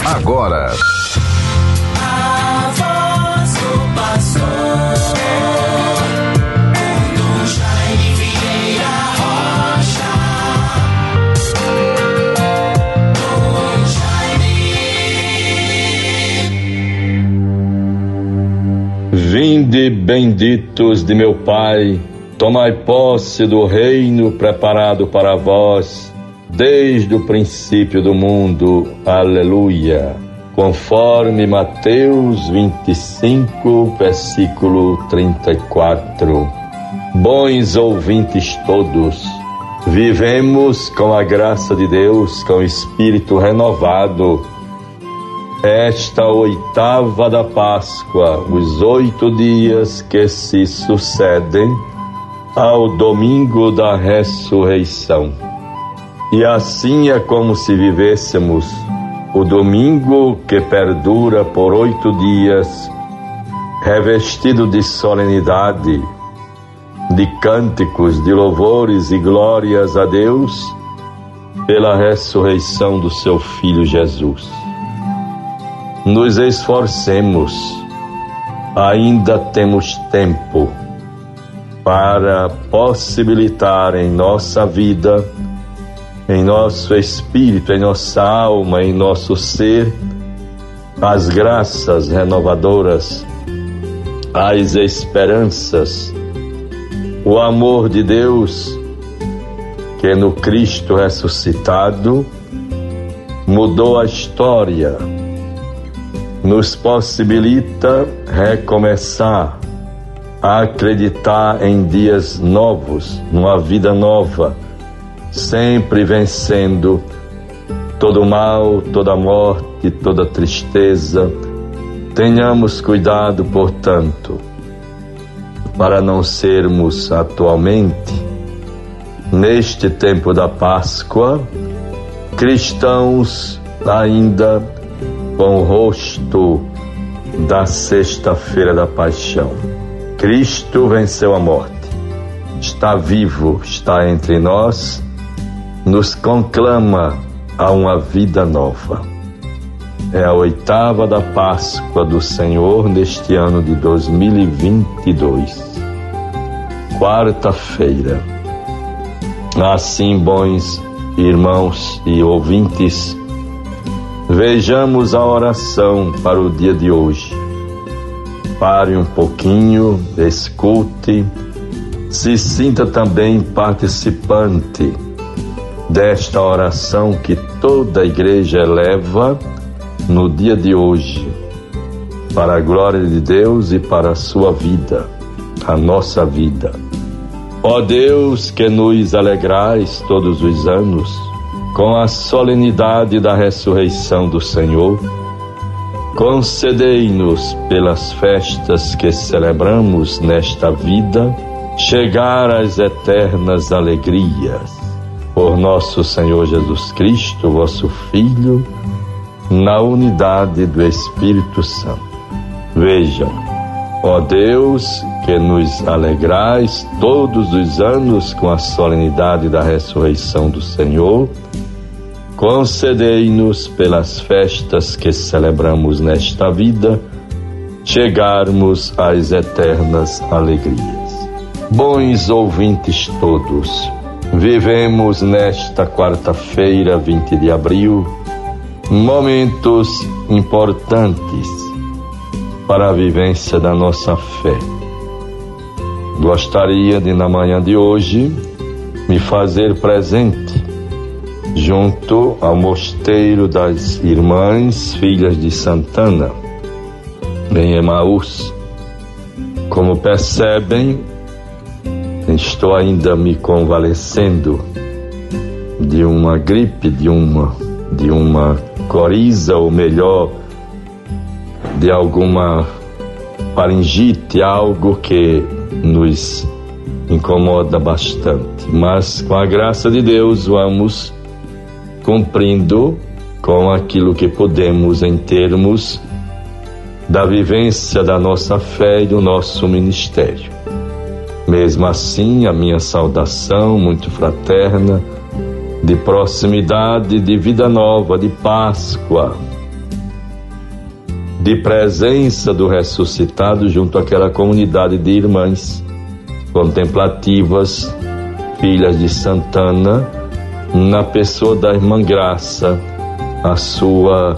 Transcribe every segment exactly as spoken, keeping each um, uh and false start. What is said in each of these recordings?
agora. A voz do pastor, Dom Jaime Vieira Rocha. Dom Jaime. Vinde, benditos de meu Pai, tomai posse do reino preparado para vós desde o princípio do mundo. Aleluia. Conforme Mateus vinte e cinco, versículo trinta e quatro. Bons ouvintes todos, vivemos com a graça de Deus, com o espírito renovado, esta oitava da Páscoa, os oito dias que se sucedem ao domingo da ressurreição. E assim é como se vivêssemos o domingo que perdura por oito dias, revestido de solenidade, de cânticos, de louvores e glórias a Deus pela ressurreição do seu Filho Jesus. Nos esforcemos, ainda temos tempo para possibilitar em nossa vida, em nosso espírito, em nossa alma, em nosso ser, as graças renovadoras, as esperanças, o amor de Deus, que no Cristo ressuscitado mudou a história, nos possibilita recomeçar a acreditar em dias novos, numa vida nova, sempre vencendo todo mal, toda morte, toda tristeza. Tenhamos cuidado, portanto, para não sermos atualmente, neste tempo da Páscoa, cristãos ainda com o rosto da sexta-feira da paixão. Cristo venceu a morte, está vivo, está entre nós, nos conclama a uma vida nova. É a oitava da Páscoa do Senhor neste ano de dois mil e vinte e dois, quarta-feira. Assim, bons irmãos e ouvintes, vejamos a oração para o dia de hoje. Pare um pouquinho, escute, se sinta também participante desta oração que toda a igreja eleva no dia de hoje, para a glória de Deus e para a sua vida, a nossa vida. Ó Deus, que nos alegrais todos os anos com a solenidade da ressurreição do Senhor, concedei-nos, pelas festas que celebramos nesta vida, chegar às eternas alegrias. Por nosso Senhor Jesus Cristo, vosso Filho, na unidade do Espírito Santo. Vejam, ó Deus, que nos alegrais todos os anos com a solenidade da ressurreição do Senhor, concedei-nos, pelas festas que celebramos nesta vida, chegarmos às eternas alegrias. Bons ouvintes todos, vivemos nesta quarta-feira, vinte de abril, momentos importantes para a vivência da nossa fé. Gostaria de, na manhã de hoje, me fazer presente junto ao mosteiro das Irmãs Filhas de Santana, em Emaús. Como percebem, estou ainda me convalescendo de uma gripe, de uma, de uma coriza, ou melhor, de alguma faringite, algo que nos incomoda bastante. Mas, com a graça de Deus, vamos cumprindo com aquilo que podemos em termos da vivência da nossa fé e do nosso ministério. Mesmo assim, a minha saudação muito fraterna, de proximidade, de vida nova, de Páscoa, de presença do ressuscitado junto àquela comunidade de irmãs contemplativas, filhas de Santana, na pessoa da irmã Graça, a sua,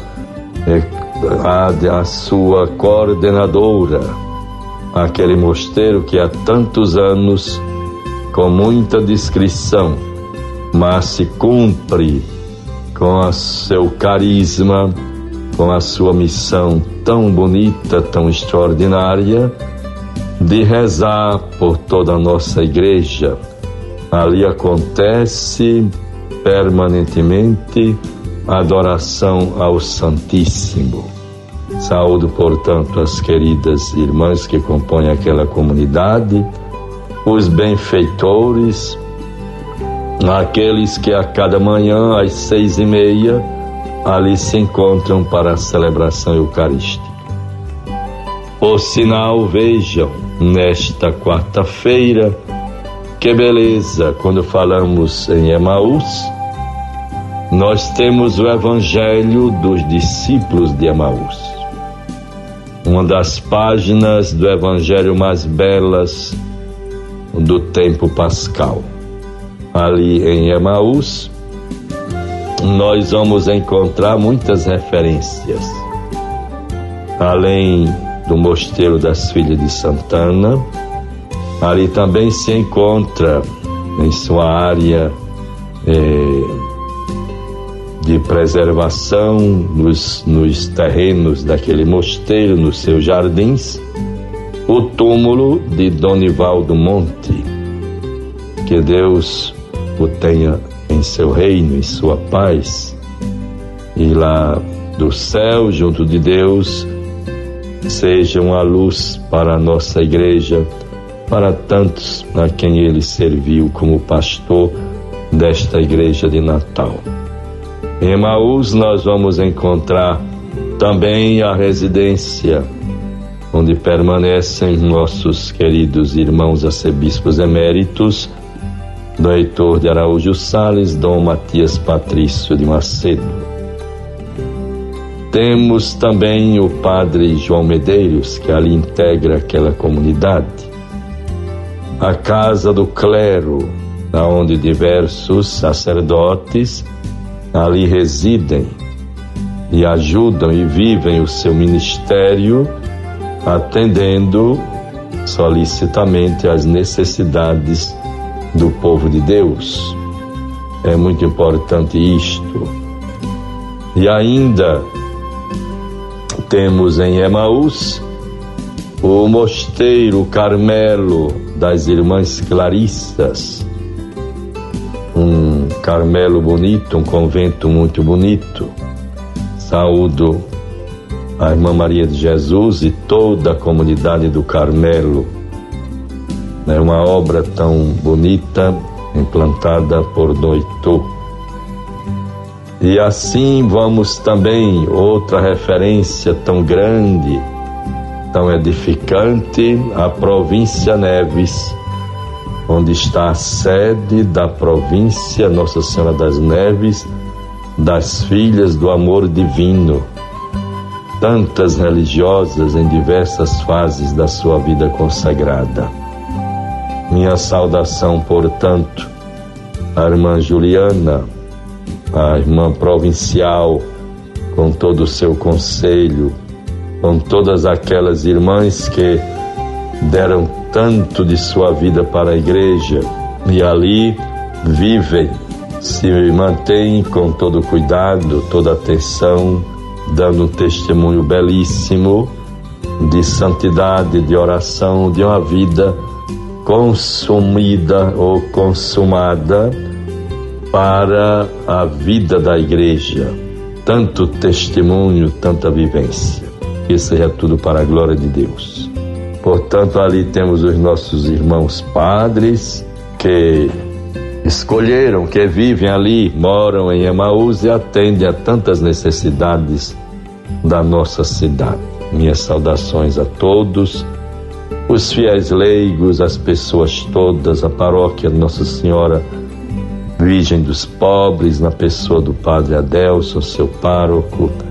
a, a sua coordenadora, aquele mosteiro que há tantos anos, com muita discrição, mas se cumpre com o seu carisma, com a sua missão tão bonita, tão extraordinária, de rezar por toda a nossa igreja. Ali acontece permanentemente a adoração ao Santíssimo. Saúdo, portanto, as queridas irmãs que compõem aquela comunidade, os benfeitores, aqueles que a cada manhã, às seis e meia, ali se encontram para a celebração eucarística. Por sinal, vejam, nesta quarta-feira, que beleza, quando falamos em Emaús, nós temos o Evangelho dos discípulos de Emaús. Uma das páginas do Evangelho mais belas do tempo pascal. Ali em Emaús, nós vamos encontrar muitas referências. Além do Mosteiro das Filhas de Santana, ali também se encontra, em sua área eh, de preservação, nos, nos terrenos daquele mosteiro, nos seus jardins, o túmulo de Donivaldo Monte. Que Deus o tenha em seu reino, em sua paz, e lá do céu, junto de Deus, seja uma luz para a nossa igreja, para tantos a quem ele serviu como pastor desta igreja de Natal. Em Emaús nós vamos encontrar também a residência onde permanecem nossos queridos irmãos arcebispos eméritos, Dom Heitor de Araújo Sales, Dom Matias Patrício de Macedo. Temos também o Padre João Medeiros, que ali integra aquela comunidade. A Casa do Clero, onde diversos sacerdotes ali residem e ajudam e vivem o seu ministério, atendendo solicitamente às necessidades do povo de Deus. É muito importante isto. E ainda temos em Emaús o Mosteiro Carmelo das Irmãs Clarissas, um Carmelo bonito, um convento muito bonito. Saúdo a Irmã Maria de Jesus e toda a comunidade do Carmelo. É uma obra tão bonita, implantada por Dom Heitor. E assim vamos também, outra referência tão grande, tão edificante, a província Neves, onde está a sede da província Nossa Senhora das Neves, das Filhas do Amor Divino. Tantas religiosas em diversas fases da sua vida consagrada. Minha saudação, portanto, à irmã Juliana, à irmã provincial, com todo o seu conselho, com todas aquelas irmãs que deram tanto de sua vida para a igreja e ali vivem, se mantêm com todo cuidado, toda atenção, dando um testemunho belíssimo de santidade, de oração, de uma vida consumida ou consumada para a vida da igreja. Tanto testemunho, tanta vivência. Que seja tudo para a glória de Deus. Portanto, ali temos os nossos irmãos padres que escolheram, que vivem ali, moram em Emaús e atendem a tantas necessidades da nossa cidade. Minhas saudações a todos, os fiéis leigos, as pessoas todas, a paróquia Nossa Senhora Virgem dos Pobres, na pessoa do Padre Adelson, seu pároco,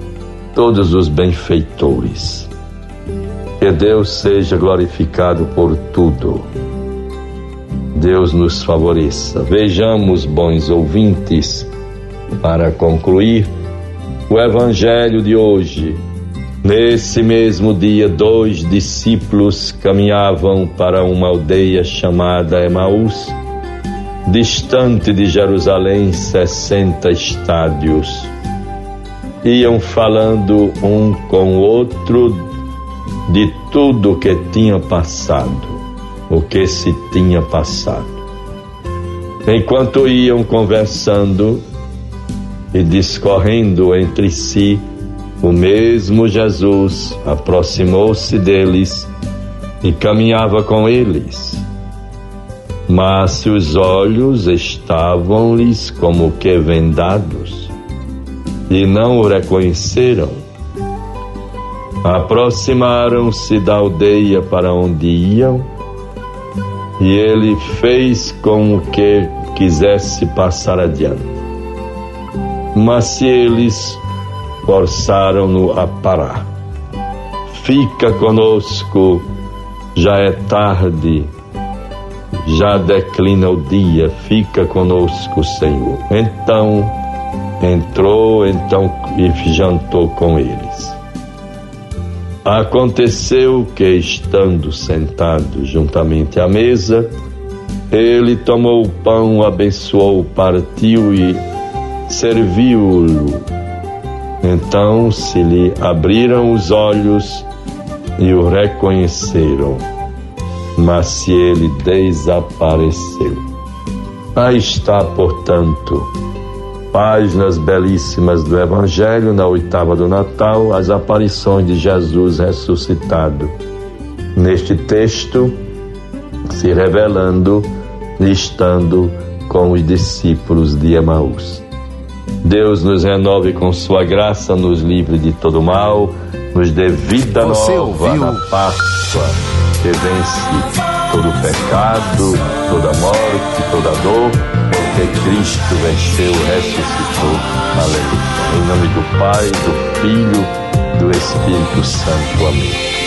todos os benfeitores. Que Deus seja glorificado por tudo. Deus nos favoreça. Vejamos, bons ouvintes, para concluir, o Evangelho de hoje. Nesse mesmo dia, dois discípulos caminhavam para uma aldeia chamada Emaús, distante de Jerusalém sessenta estádios. Iam falando um com o outro de tudo o que tinha passado, o que se tinha passado. Enquanto iam conversando e discorrendo entre si, o mesmo Jesus aproximou-se deles e caminhava com eles. Mas seus olhos estavam-lhes como que vendados e não o reconheceram. Aproximaram-se da aldeia para onde iam e ele fez como que quisesse passar adiante. Mas se eles forçaram-no a parar. Fica conosco, já é tarde, já declina o dia, fica conosco, Senhor. Então entrou então e jantou com eles. Aconteceu que, estando sentado juntamente à mesa, ele tomou o pão, abençoou, partiu e serviu-o. Então se lhe abriram os olhos e o reconheceram, mas se ele desapareceu. Aí está, portanto, páginas belíssimas do Evangelho, na oitava do Natal, as aparições de Jesus ressuscitado. Neste texto, se revelando e estando com os discípulos de Emaús. Deus nos renove com sua graça, nos livre de todo mal, nos dê vida Você nova ouviu? na Páscoa, que vence todo pecado, toda morte, toda dor, porque Cristo venceu, ressuscitou. Aleluia. Em nome do Pai, do Filho, do Espírito Santo. Amém.